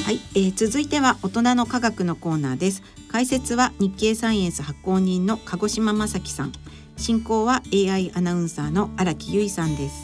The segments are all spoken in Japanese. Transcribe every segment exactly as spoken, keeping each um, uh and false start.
はい、えー、続いては大人の科学のコーナーです。解説は日経サイエンス発行人の鹿児島正樹さん、進行は エーアイ アナウンサーの荒木由衣さんです。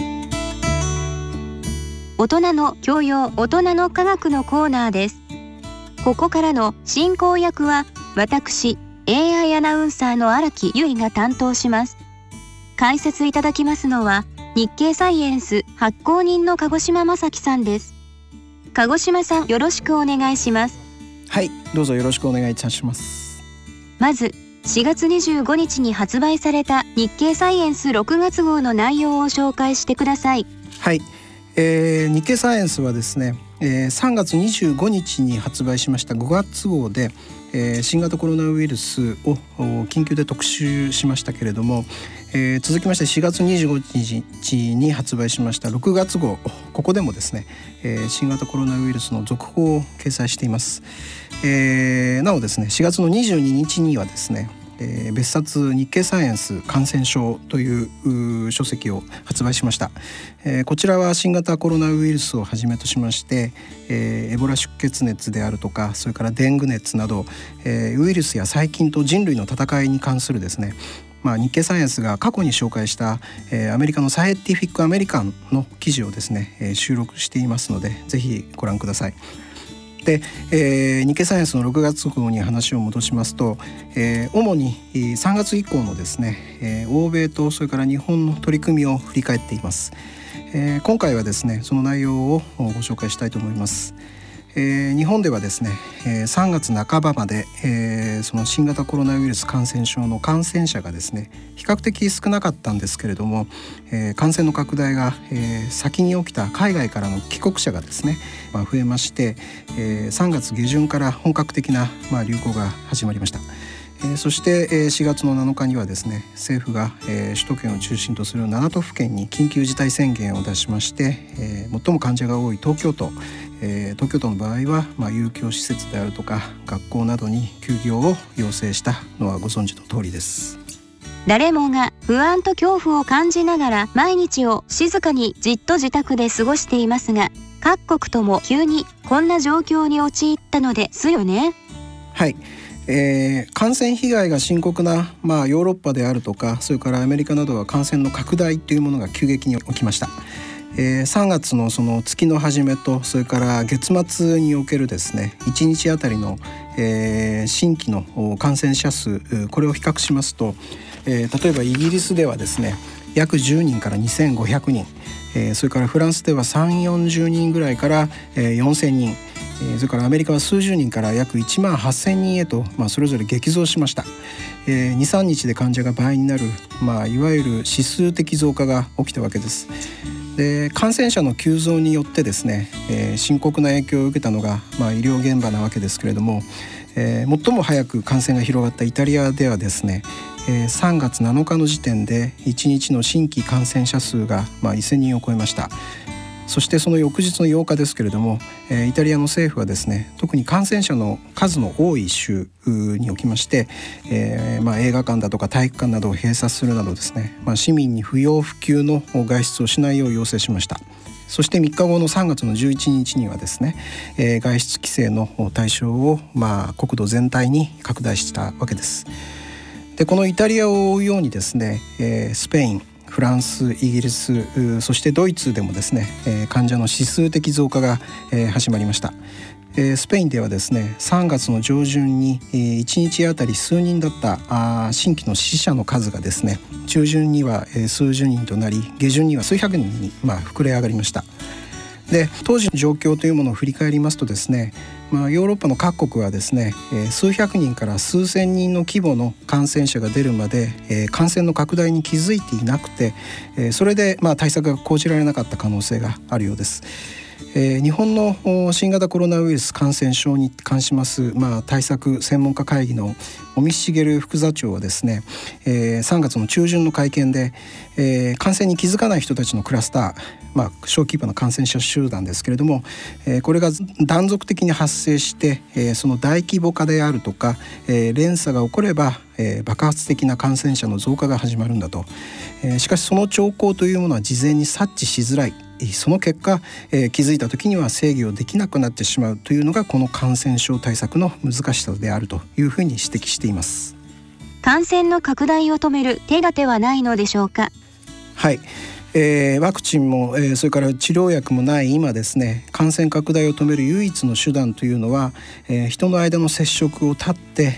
大人の教養、大人の科学のコーナーです。ここからの進行役は私 エーアイ アナウンサーの荒木由衣が担当します。解説いただきますのは日経サイエンス発行人の鹿児島正樹さんです。鹿児島さん、よろしくお願いします。 はい、どうぞよろしくお願いいたします。 まずしがつにじゅうごにちに発売された日経サイエンスろくがつ号の内容を紹介してください。 はい、えー、日経サイエンスはですね、えー、さんがつにじゅうごにちに発売しましたごがつ号で、えー、新型コロナウイルスを緊急で特集しましたけれども、えー、続きましてしがつにじゅうごにちに発売しましたろくがつ号、ここでもですね、えー、新型コロナウイルスの続報を掲載しています。えー、なおですね、しがつのにじゅうににちにはですね、えー、別冊日経サイエンス感染症という書籍を発売しました。えー、こちらは新型コロナウイルスをはじめとしまして、えー、エボラ出血熱であるとか、それからデング熱など、えー、ウイルスや細菌と人類の戦いに関するですね、まあ、日経サイエンスが過去に紹介した、えー、アメリカのサイエンティフィックアメリカンの記事をですね、えー、収録していますので、ぜひご覧ください。で、えー、日経サイエンスのろくがつ号に話を戻しますと、えー、主にさんがつ以降のですね、えー、欧米とそれから日本の取り組みを振り返っています。えー、今回はですね、その内容をご紹介したいと思います。えー、日本ではですね、えー、さんがつなかばまで、えー、その新型コロナウイルス感染症の感染者がですね、比較的少なかったんですけれども、えー、感染の拡大が、えー、先に起きた海外からの帰国者がですね、まあ、増えまして、えー、さんがつげじゅんから本格的な、まあ、流行が始まりました。えー、そして、えー、しがつのなのかにはですね、政府が、えー、首都圏を中心とするななとふけんに緊急事態宣言を出しまして、えー、最も患者が多い東京都、えー、東京都の場合は、まあ、有教施設であるとか学校などに休業を要請したのはご存知の通りです。 誰もが不安と恐怖を感じながら毎日を静かにじっと自宅で過ごしていますが、各国とも急にこんな状況に陥ったのですよね。はい、 えー、感染被害が深刻な、まあ、ヨーロッパであるとか、それからアメリカなどは感染の拡大というものが急激に起きました。えー、さんがつのその月の初めと、それから月末におけるですね、いちにちあたりの、えー、新規の感染者数、これを比較しますと、えー、例えばイギリスではですね、約じゅうにんからにせんごひゃくにん、えー、それからフランスではさんじゅう、よんじゅうにんぐらいから、えー、よんせんにん、えー、それからアメリカは数十人から約いちまんはっせんにんへと、まあ、それぞれ激増しました。えー、にさんにちで患者が倍になる、まあ、いわゆる指数的増加が起きたわけです。で、感染者の急増によってですね、えー、深刻な影響を受けたのが、まあ、医療現場なわけですけれども、えー、最も早く感染が広がったイタリアではですね、えー、さんがつなのかの時点でいちにちの新規感染者数が、まあ、せんにんを超えました。そしてその翌日のようかですけれども、えー、イタリアの政府はですね、特に感染者の数の多い州におきまして、えーまあ、映画館だとか体育館などを閉鎖するなどですね、まあ、市民に不要不急の外出をしないよう要請しました。そしてみっかごのさんがつのじゅういちにちにはですね、えー、外出規制の対象を、まあ、国土全体に拡大したわけです。で、このイタリアを追うようにですね、えー、スペイン、フランス、イギリス、そしてドイツでもですね、えー、患者の指数的増加が、えー、始まりました。えー、スペインではですね、さんがつの上旬に、えー、いちにちあたり数人だったあ新規の死者の数がですね、中旬には、えー、数十人となり、下旬には数百人に、まあ、膨れ上がりました。で、当時の状況というものを振り返りますとですね、まあ、ヨーロッパの各国はですね、えー、数百人から数千人の規模の感染者が出るまで、えー、感染の拡大に気づいていなくて、えー、それで、まあ、対策が講じられなかった可能性があるようです。えー、日本の新型コロナウイルス感染症に関します、まあ、対策専門家会議の尾身茂副座長はですね、えー、さんがつの中旬の会見で、えー、感染に気づかない人たちのクラスター、まあ、小規模な感染者集団ですけれども、えー、これが断続的に発生して、えー、その大規模化であるとか、えー、連鎖が起これば、えー、爆発的な感染者の増加が始まるんだと、えー、しかしその兆候というものは事前に察知しづらいその結果、えー、気づいた時には制御できなくなってしまうというのがこの感染症対策の難しさであるというふうに指摘しています。 感染の拡大を止める手立てはないのでしょうか。 はい、えー、ワクチンも、えー、それから治療薬もない今ですね、感染拡大を止める唯一の手段というのは、えー、人の間の接触を断って、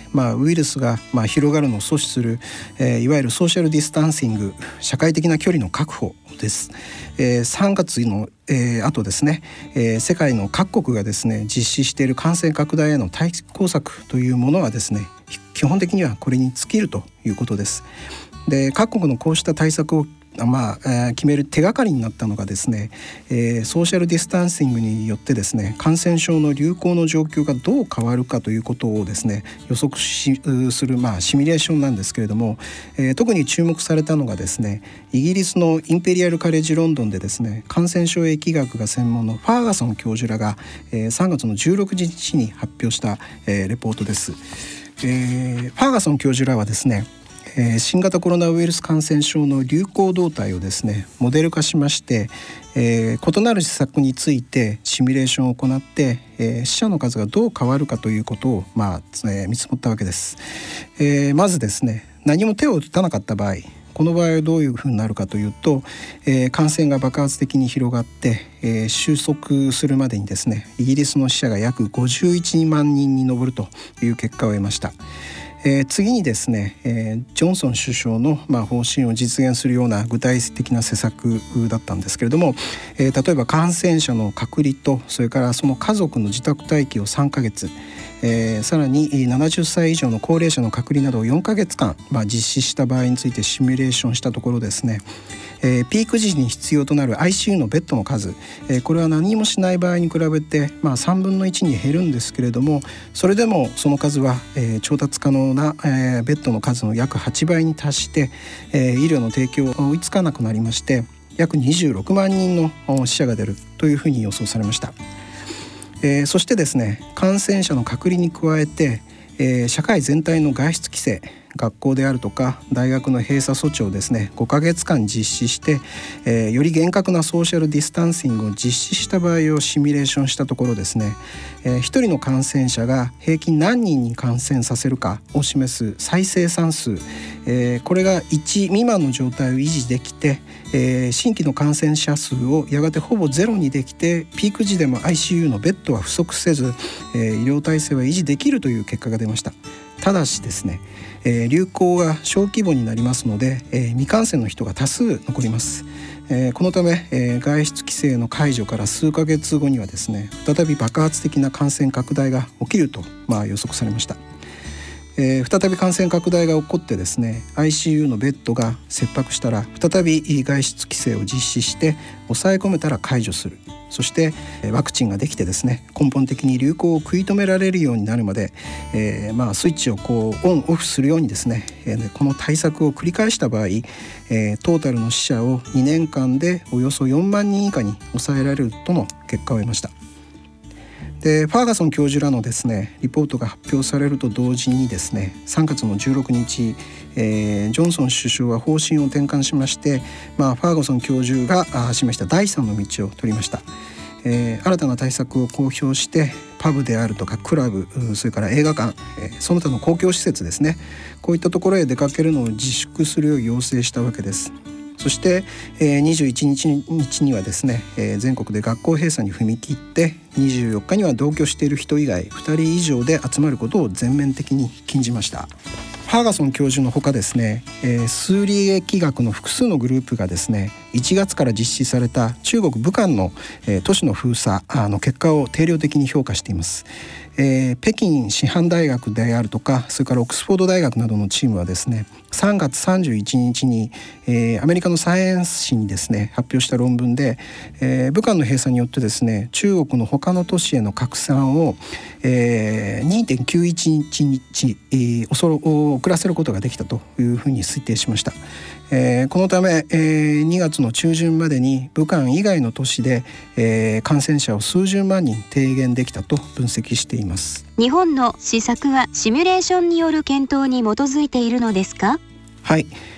まあ、ウイルスが、まあ、広がるのを阻止する、えー、いわゆるソーシャルディスタンシング、社会的な距離の確保です。えー、さんがつの、えー、あとですね、えー、世界の各国がですね実施している感染拡大への対抗策というものはですね、基本的にはこれに尽きるということです。で、各国のこうした対策をまあえー、決める手がかりになったのがですね、えー、ソーシャルディスタンシングによってですね、感染症の流行の状況がどう変わるかということをですね予測しする、まあ、シミュレーションなんですけれども、えー、特に注目されたのがですね、イギリスのインペリアルカレッジロンドンでですね、感染症疫学が専門のファーガソン教授らが、えー、さんがつのじゅうろくにちに発表した、えー、レポートです。えー、ファーガソン教授らはですね、えー、新型コロナウイルス感染症の流行動態をですねモデル化しまして、えー、異なる施策についてシミュレーションを行って、えー、死者の数がどう変わるかということを、まあえー、見積もったわけです。えー、まずですね、何も手を打たなかった場合、この場合はどういうふうになるかというと、えー、感染が爆発的に広がって、えー、収束するまでにですね、イギリスの死者が約ごじゅういちまんにんに上るという結果を得ました。えー、次にですね、えー、ジョンソン首相の、まあ、方針を実現するような具体的な施策だったんですけれども、えー、例えば感染者の隔離と、それからその家族の自宅待機をさんかげつ、えー、さらにななじゅっさい以上の高齢者の隔離などをよんかげつかん、まあ、実施した場合についてシミュレーションしたところですね、えー、ピーク時に必要となる アイシーユー のベッドの数、えー、これは何もしない場合に比べて、まあ、さんぶんのいちに減るんですけれども、それでもその数は、えー、調達可能な、えー、ベッドの数の約はちばいに達して、えー、医療の提供が追いつかなくなりまして、約にじゅうろくまんにんの死者が出るというふうに予想されました。えー、そしてですね、感染者の隔離に加えて、えー、社会全体の外出規制、学校であるとか大学の閉鎖措置をですねごかげつかん実施して、えー、より厳格なソーシャルディスタンシングを実施した場合をシミュレーションしたところですね、えー、ひとりの感染者が平均何人に感染させるかを示す再生産数、えー、これがいち未満の状態を維持できて、えー、新規の感染者数をやがてほぼゼロにできて、ピーク時でも アイシーユー のベッドは不足せず、えー、医療体制は維持できるという結果が出ました。ただしですね、えー、流行が小規模になりますので、えー、未感染の人が多数残ります。えー、このため、えー、外出規制の解除から数ヶ月後にはですね、再び爆発的な感染拡大が起きると、まあ、予測されました。えー、再び感染拡大が起こってですね アイシーユー のベッドが切迫したら再び外出規制を実施して抑え込めたら解除する。そしてワクチンができてですね根本的に流行を食い止められるようになるまで、えー、まあスイッチをこうオンオフするようにですね、えー、この対策を繰り返した場合、えー、トータルの死者をにねんかんでおよそよんまんにん以下に抑えられるとの結果を得ました。でファーガソン教授らのですねリポートが発表されると同時にですねさんがつのじゅうろくにち、えー、ジョンソン首相は方針を転換しまして、まあ、ファーガソン教授が示しただいさんの道を取りました。えー、新たな対策を公表してパブであるとかクラブ、それから映画館、えー、その他の公共施設ですね、こういったところへ出かけるのを自粛するよう要請したわけです。そして、えー、にじゅういちにちにはですね、えー、全国で学校閉鎖に踏み切ってにじゅうよっかには同居している人以外ふたり以上で集まることを全面的に禁じました。ファーガソン教授のほかですね、えー、数理疫学の複数のグループがですねいちがつから実施された中国武漢の、えー、都市の封鎖の結果を定量的に評価しています。えー、北京師範大学であるとかそれからオックスフォード大学などのチームはですねさんがつさんじゅういちにちに、えー、アメリカのサイエンス誌にですね発表した論文で、えー、武漢の閉鎖によってですね中国の他の都市への拡散を、えー、にてんきゅういちにち、えー、遅らせることができたというふうに推定しました。えー、このため、えー、にがつの中旬までに武漢以外の都市で、えー、感染者を数十万人低減できたと分析しています。 日本の施策はシミュレーションによる検討に基づいているのですか？ はい、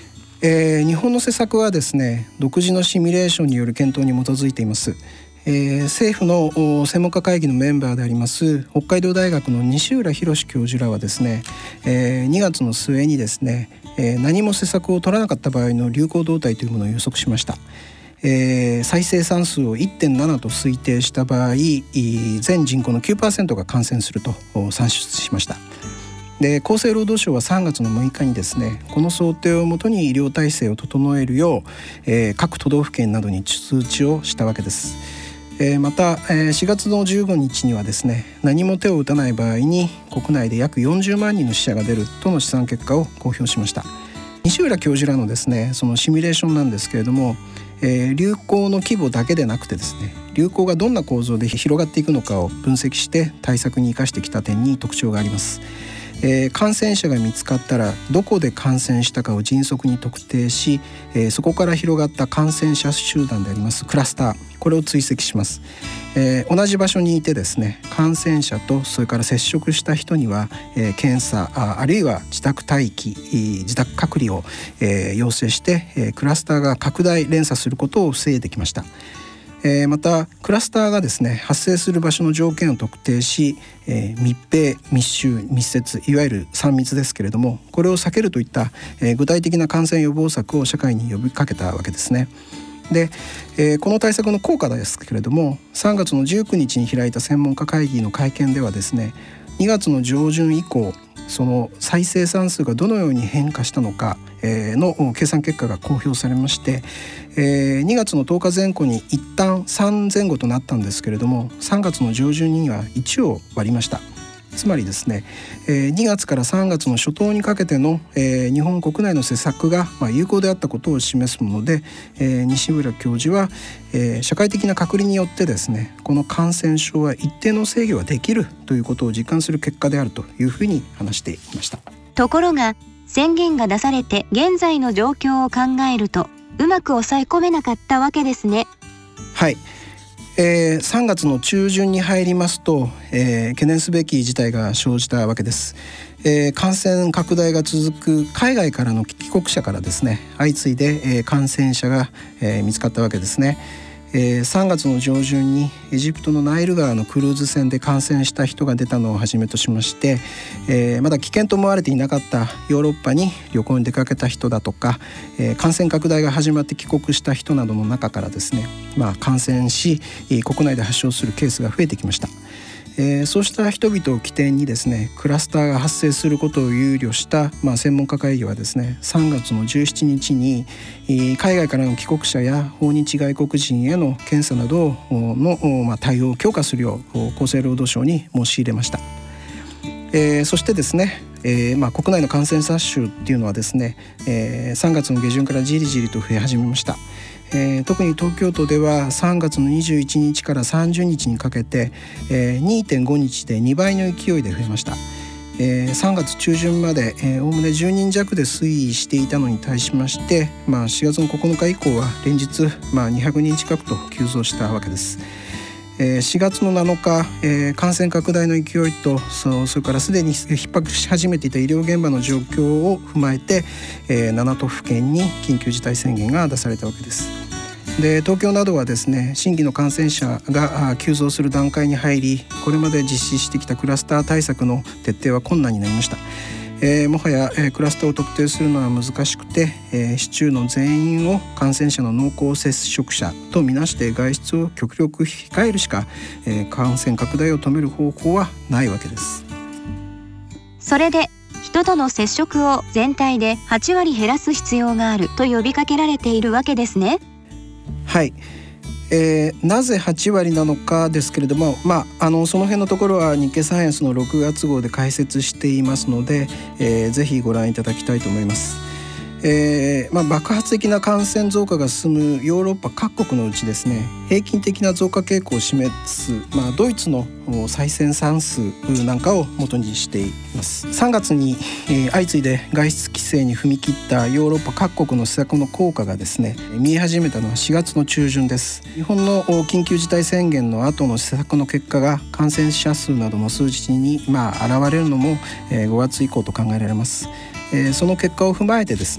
えー、日本の施策はですね、独自のシミュレーションによる検討に基づいています。えー、政府の専門家会議のメンバーであります北海道大学の西浦博教授らはですね、えー、にがつの末にですね、えー、何も施策を取らなかった場合の流行動態というものを予測しました。えー、再生産数を いってんなな と推定した場合、全人口の きゅうパーセント が感染すると算出しました。で、厚生労働省はさんがつのむいかにですね、この想定をもとに医療体制を整えるよう、えー、各都道府県などに通知をしたわけです。えー、また、えー、しがつのじゅうごにちにはですね、何も手を打たない場合に国内で約よんじゅうまんにんの死者が出るとの試算結果を公表しました。西浦教授らのですね、そのシミュレーションなんですけれども、えー、流行の規模だけでなくてですね、流行がどんな構造で広がっていくのかを分析して対策に生かしてきた点に特徴があります。えー、感染者が見つかったらどこで感染したかを迅速に特定し、えー、そこから広がった感染者集団でありますクラスター、これを追跡します。えー、同じ場所にいてですね、感染者とそれから接触した人には、えー、検査 あ, あるいは自宅待機、自宅隔離を、えー、要請して、えー、クラスターが拡大連鎖することを防いできました。えー、またクラスターがですね、発生する場所の条件を特定し、えー、密閉、密集、密接、いわゆるさん密ですけれども、これを避けるといった、えー、具体的な感染予防策を社会に呼びかけたわけですね。で、えー、この対策の効果ですけれども、さんがつのじゅうくにちに開いた専門家会議の会見ではですね、にがつの上旬以降、その再生産数がどのように変化したのかの計算結果が公表されまして、にがつのとおかぜん後に一旦さんぜん後となったんですけれども、さんがつの上旬にはいちを割りました。つまりですね、にがつからさんがつの初頭にかけての日本国内の施策が有効であったことを示すもので、西浦教授は社会的な隔離によってですね、この感染症は一定の制御ができるということを実感する結果であるというふうに話していました。 ところが宣言が出されて現在の状況を考えるとうまく抑え込めなかったわけですね。 はい、えー、さんがつの中旬に入りますと、えー、懸念すべき事態が生じたわけです。えー、感染拡大が続く海外からの帰国者からですね、相次いで、えー、感染者が、えー、見つかったわけですね。えー、さんがつの上旬にエジプトのナイル川のクルーズ船で感染した人が出たのをはじめとしまして、えー、まだ危険と思われていなかったヨーロッパに旅行に出かけた人だとか、えー、感染拡大が始まって帰国した人などの中からですね、まあ、感染し国内で発症するケースが増えてきました。えー、そうした人々を起点にですね、クラスターが発生することを憂慮した、まあ、専門家会議はですね、さんがつのじゅうしちにちに海外からの帰国者や訪日外国人への検査などの、まあ、対応を強化するよう厚生労働省に申し入れました。えー、そしてですね、えーまあ、国内の感染者数っていうのはですね、えー、さんがつの下旬からじりじりと増え始めました。えー、特に東京都ではさんがつのにじゅういちにちからさんじゅうにちにかけて、えー、にてんごにちでにばいの勢いで増えました。えー、さんがつちゅうじゅんまでおおむねじゅうにんじゃくで推移していたのに対しまして、まあ、しがつのここのか以降は連日、まあ、にひゃくにん近くと急増したわけです。えー、しがつのなのか、えー、感染拡大の勢いと そ, それからすでに逼迫し始めていた医療現場の状況を踏まえて、えー、ななとふけんに緊急事態宣言が出されたわけです。で、東京などはですね、新規の感染者が急増する段階に入り、これまで実施してきたクラスター対策の徹底は困難になりました。えー、もはや、えー、クラスターを特定するのは難しくて、えー、市中の全員を感染者の濃厚接触者とみなして外出を極力控えるしか、えー、感染拡大を止める方法はないわけです。 それで人との接触を全体ではちわり減らす必要があると呼びかけられているわけですね。 はい、えー、なぜはちわりなのかですけれども、まあ、あのその辺のところは日経サイエンスのろくがつ号で解説していますので、えー、ぜひご覧いただきたいと思います。えーまあ、爆発的な感染増加が進むヨーロッパ各国のうちですね、平均的な増加傾向を示す、まあ、ドイツの再生産数なんかを元にしています。さんがつに、えー、相次いで外出規制に踏み切ったヨーロッパ各国の施策の効果がですね、見え始めたのはしがつの中旬です。日本の緊急事態宣言の後の施策の結果が感染者数などの数字に、まあ、現れるのも、えー、ごがつ以降と考えられます。えー、その結果を踏まえてですね、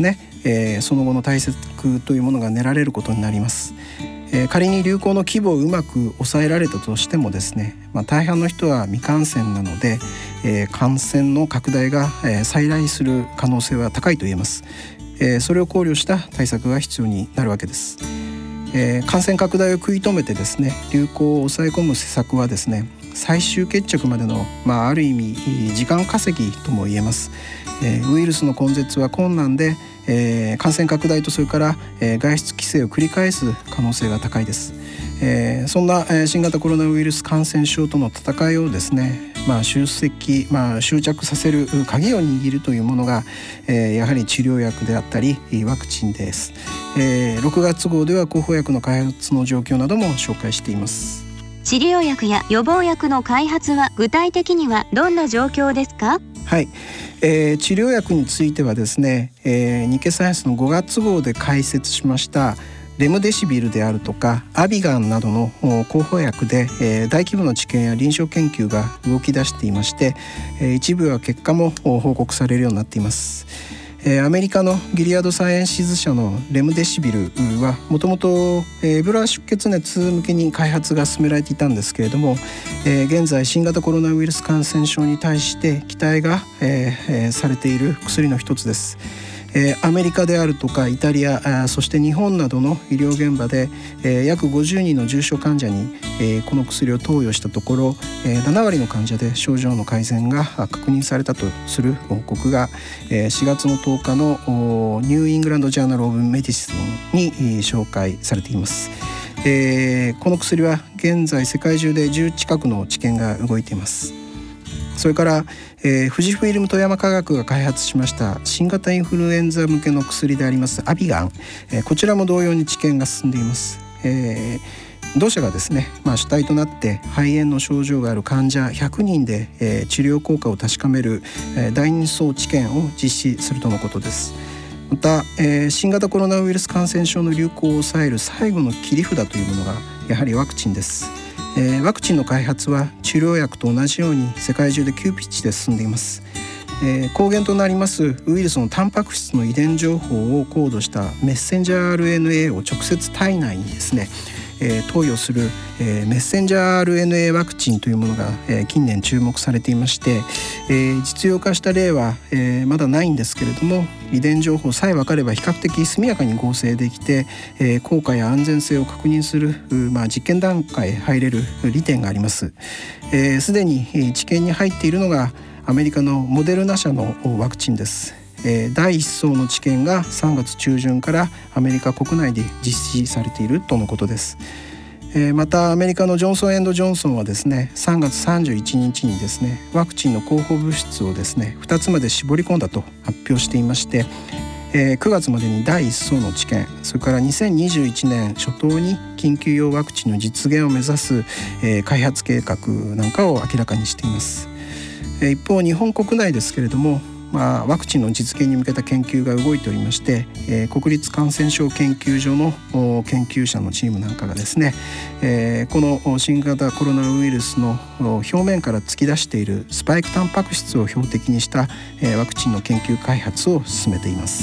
えー、その後の対策というものが練られることになります。えー、仮に流行の規模をうまく抑えられたとしてもですね、まあ、大半の人は未感染なので、えー、感染の拡大が、えー、再来する可能性は高いと言えます。えー、それを考慮した対策が必要になるわけです。えー、感染拡大を食い止めてですね、流行を抑え込む施策はですね、最終決着までの、まあ、ある意味時間稼ぎとも言えます。えー、ウイルスの根絶は困難で、えー、感染拡大とそれから、えー、外出規制を繰り返す可能性が高いです。えー、そんな、えー、新型コロナウイルス感染症との戦いをですね、まあ、収束、まあ、執着させる鍵を握るというものが、えー、やはり治療薬であったりワクチンです。えー、ろくがつ号では候補薬の開発の状況なども紹介しています。 治療薬や予防薬の開発は具体的にはどんな状況ですか？ はい、えー、治療薬についてはですね、えー、日経サイエンスのごがつ号で解説しましたレムデシビルであるとかアビガンなどの候補薬で、えー、大規模な治験や臨床研究が動き出していまして、えー、一部は結果も報告されるようになっています。えー、アメリカのギリアドサイエンシズ社のレムデシビルはもともとエボラ出血熱向けに開発が進められていたんですけれども、えー、現在新型コロナウイルス感染症に対して期待が、えー、されている薬の一つです。えー、アメリカであるとかイタリア、そして日本などの医療現場で、えー、約ごじゅうにんの重症患者に、えー、この薬を投与したところ、えー、ななわりの患者で症状の改善が確認されたとする報告が、えー、しがつのとおかのニューイングランドジャーナルオブメディシンに紹介されています。えー、この薬は現在世界中でじゅう近くの治験が動いています。それから、えー、富士フイルム富山化学が開発しました新型インフルエンザ向けの薬でありますアビガン、えー、こちらも同様に治験が進んでいます。えー、同社がですね、まあ、主体となって肺炎の症状がある患者ひゃくにんで、えー、治療効果を確かめる、えー、第二相治験を実施するとのことです。また、えー、新型コロナウイルス感染症の流行を抑える最後の切り札というものがやはりワクチンです。えー、ワクチンの開発は治療薬と同じように世界中で急ピッチで進んでいます。えー、抗原となりますウイルスのタンパク質の遺伝情報をコードしたメッセンジャー アールエヌエー を直接体内にですね、えー、投与する、えー、メッセンジャー アールエヌエー ワクチンというものが、えー、近年注目されていまして、えー、実用化した例は、えー、まだないんですけれども、遺伝情報さえ分かれば比較的速やかに合成できて、えー、効果や安全性を確認する、まあ、実験段階へ入れる利点があります。えー、すでに治験に入っているのがアメリカのモデルナ社のワクチンです。えー、だいいっ層の治験がさんがつ中旬からアメリカ国内で実施されているとのことです。えー、またアメリカのジョンソン・エンド・ジョンソンはですね、さんがつさんじゅういちにちにですね、ワクチンの候補物質をですねふたつまで絞り込んだと発表していまして、えー、くがつまでにだいいっ層の治験、それからにせんにじゅういちねん初頭に緊急用ワクチンの実現を目指す、えー、開発計画なんかを明らかにしています。えー、一方日本国内ですけれども、まあ、ワクチンの実現に向けた研究が動いておりまして、えー、国立感染症研究所の研究者のチームなんかがですね、えー、この新型コロナウイルスの表面から突き出しているスパイクタンパク質を標的にした、えー、ワクチンの研究開発を進めています。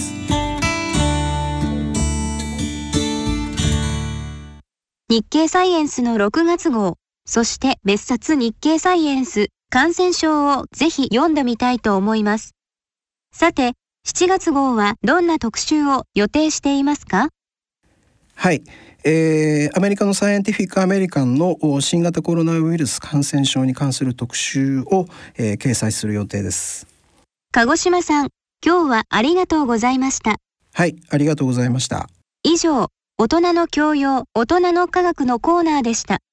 日経サイエンスのろくがつ号、そして別冊日経サイエンス感染症をぜひ読んでみたいと思います。さて、しちがつ号はどんな特集を予定していますか？ はい、えー、アメリカのサイエンティフィックアメリカンの新型コロナウイルス感染症に関する特集を、えー、掲載する予定です。 鹿児島さん、今日はありがとうございました。 はい、ありがとうございました。 以上、大人の教養、大人の科学のコーナーでした。